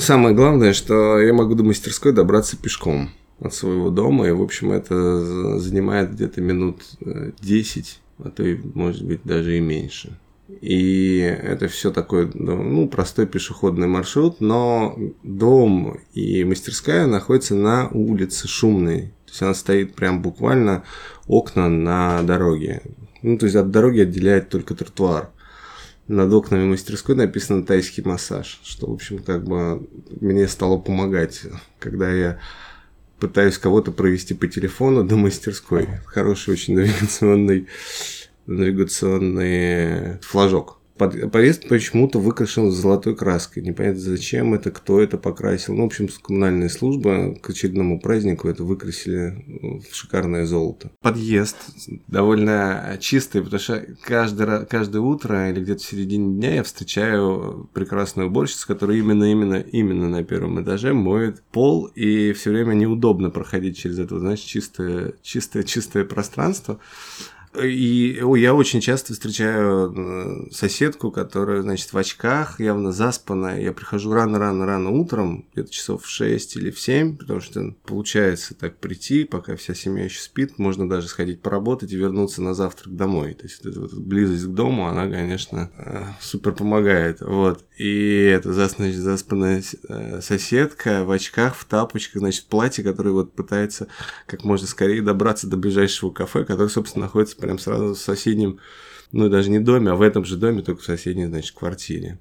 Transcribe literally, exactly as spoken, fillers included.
самое главное, что я могу до мастерской добраться пешком от своего дома, и, в общем, это занимает где-то минут десять, а то и, может быть, даже и меньше. И это все такой, ну, простой пешеходный маршрут, но дом и мастерская находятся на улице шумной. То есть она стоит прям буквально окна на дороге. Ну, то есть от дороги отделяет только тротуар. Над окнами мастерской написано «тайский массаж», что, в общем, как бы мне стало помогать, когда я пытаюсь кого-то провести по телефону до мастерской. Хороший очень навигационный, навигационный флажок. Подъезд почему-то выкрашен золотой краской. Непонятно зачем это, кто это покрасил. Ну, в общем, коммунальная служба к очередному празднику это выкрасили в шикарное золото. Подъезд довольно чистый, потому что каждое, каждое утро или где-то в середине дня я встречаю прекрасную уборщицу, которая именно, именно, именно на первом этаже моет пол, и все время неудобно проходить через это, знаешь, чистое, чистое, чистое пространство. И о, я очень часто встречаю соседку, которая, значит, в очках, явно заспанная. Я прихожу рано-рано-рано утром, где-то часов в шесть или в семь, потому что получается так прийти, пока вся семья еще спит. Можно даже сходить поработать и вернуться на завтрак домой. То есть, эта вот близость к дому, она, конечно, супер помогает. Вот. И это, значит, заспанная соседка в очках, в тапочках, значит, в платье, которое вот пытается как можно скорее добраться до ближайшего кафе, которое, собственно, находится прям сразу в соседнем, ну, даже не доме, а в этом же доме, только в соседней, значит, квартире.